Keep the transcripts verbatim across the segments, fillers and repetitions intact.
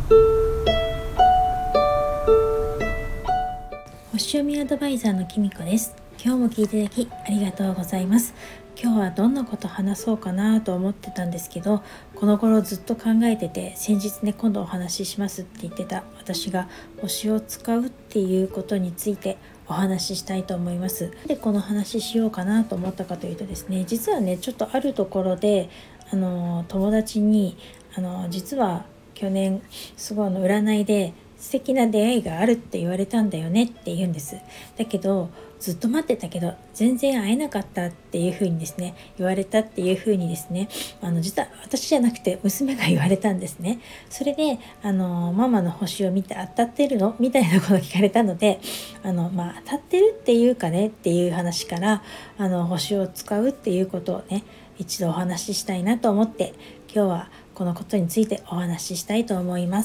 星読みアドバイザーのきみこです。今日も聞いていただきありがとうございます。今日はどんなこと話そうかなと思ってたんですけど、この頃ずっと考えてて、先日ね今度お話ししますって言ってた私が星を使うっていうことについてお話ししたいと思います。でこの話しようかなと思ったかというとですね、実はねちょっとあるところであの友達にあの実は去年すごいあの占いで素敵な出会いがあるって言われたんだよねって言うんです。だけどずっと待ってたけど全然会えなかったっていう風にですね言われたっていう風にですね、あの実は私じゃなくて娘が言われたんですね。それであのママの星を見て当たってるのみたいなことを聞かれたので、あのまあ当たってるっていうかねっていう話から、あの星を使うっていうことをね一度お話ししたいなと思って、今日はこのことについてお話ししたいと思います。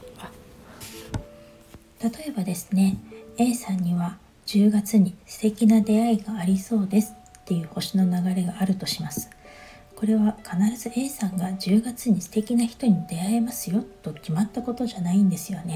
例えばですね、 A さんにはじゅうがつに素敵な出会いがありそうですっていう星の流れがあるとします。これは必ず A さんがじゅうがつに素敵な人に出会えますよと決まったことじゃないんですよね。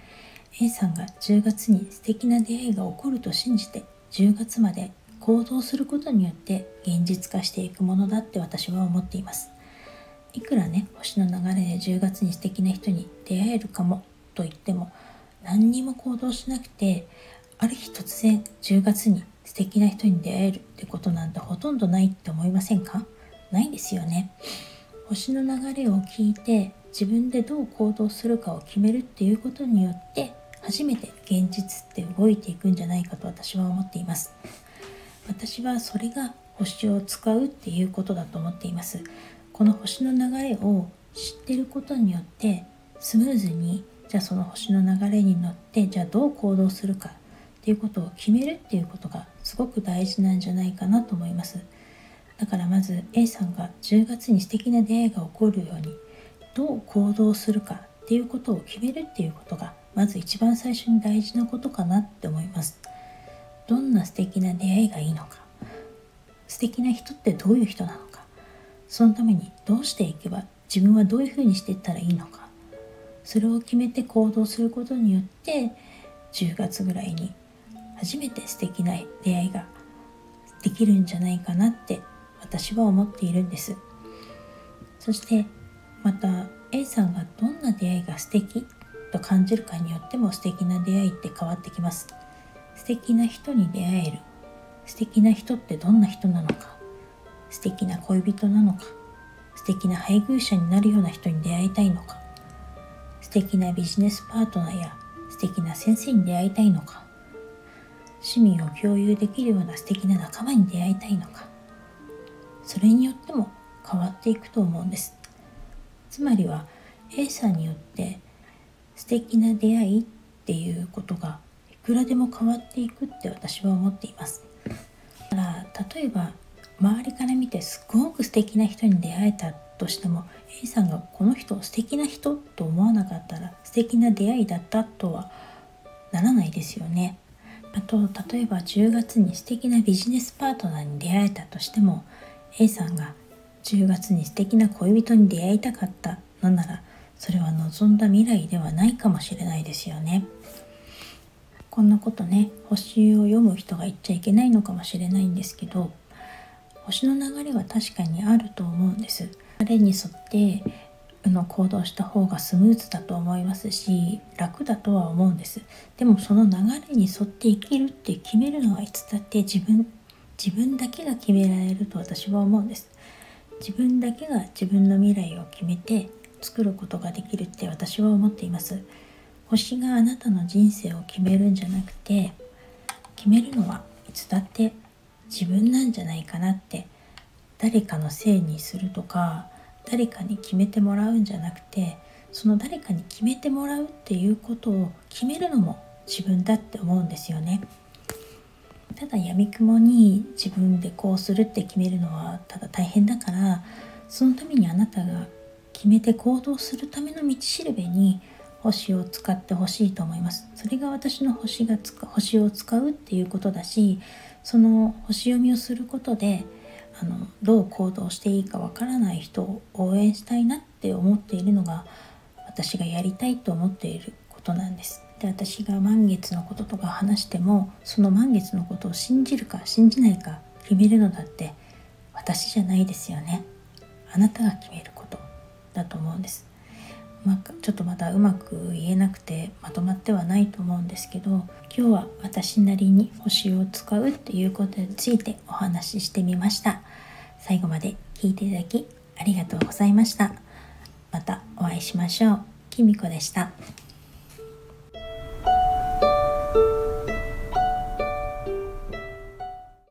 A さんがじゅうがつに素敵な出会いが起こると信じてじゅうがつまで行動することによって現実化していくものだって私は思っています。いくらね星の流れでじゅうがつに素敵な人に出会えるかもと言っても、何にも行動しなくてある日突然じゅうがつに素敵な人に出会えるってことなんてほとんどないって思いませんか？ないですよね。星の流れを聞いて自分でどう行動するかを決めるっていうことによって初めて現実って動いていくんじゃないかと私は思っています。私はそれが星を使うっていうことだと思っています。この星の流れを知ってることによってスムーズに、じゃあその星の流れに乗ってじゃあどう行動するかっていうことを決めるっていうことがすごく大事なんじゃないかなと思います。だからまず A さんがじゅうがつに素敵な出会いが起こるようにどう行動するかっていうことを決めるっていうことがまず一番最初に大事なことかなって思います。どんな素敵な出会いがいいのか、素敵な人ってどういう人なのか、そのためにどうしていけば自分はどういうふうにしていったらいいのか、それを決めて行動することによってじゅうがつぐらいに初めて素敵な出会いができるんじゃないかなって私は思っているんです。そしてまた A さんがどんな出会いが素敵と感じるかによっても素敵な出会いって変わってきます。素敵な人に出会える、素敵な人ってどんな人なのか、素敵な恋人なのか、素敵な配偶者になるような人に出会いたいのか、素敵なビジネスパートナーや素敵な先生に出会いたいのか、趣味を共有できるような素敵な仲間に出会いたいのか、それによっても変わっていくと思うんです。つまりは A さんによって素敵な出会いっていうことがいくらでも変わっていくって私は思っています。だから例えば周りから見てすごく素敵な人に出会えたとしても A さんがこの人素敵な人と思わなかったら素敵な出会いだったとはならないですよね。あと例えばじゅうがつに素敵なビジネスパートナーに出会えたとしても A さんがじゅうがつに素敵な恋人に出会いたかったのなら、それは望んだ未来ではないかもしれないですよね。こんなことね星を読む人が言っちゃいけないのかもしれないんですけど、星の流れは確かにあると思うんです。流れに沿っての行動した方がスムーズだと思いますし楽だとは思うんです。でもその流れに沿って生きるって決めるのはいつだって自分自分だけが決められると私は思うんです。自分だけが自分の未来を決めて作ることができるって私は思っています。星があなたの人生を決めるんじゃなくて、決めるのはいつだって自分なんじゃないかなって、誰かのせいにするとか誰かに決めてもらうんじゃなくて、その誰かに決めてもらうっていうことを決めるのも自分だって思うんですよね。ただ闇雲に自分でこうするって決めるのはただ大変だから、そのためにあなたが決めて行動するための道しるべに星を使ってほしいと思います。それが私の星がつか星を使うっていうことだし、その星読みをすることであのどう行動していいかわからない人を応援したいなって思っているのが私がやりたいと思っていることなんです。で、私が満月のこととか話しても、その満月のことを信じるか信じないか決めるのだって私じゃないですよね。あなたが決めることだと思うんです。まあ、ちょっとまだうまく言えなくてまとまってはないと思うんですけど、今日は私なりに星を使うっていうことについてお話ししてみました。最後まで聞いていただきありがとうございました。またお会いしましょう。きみこでした。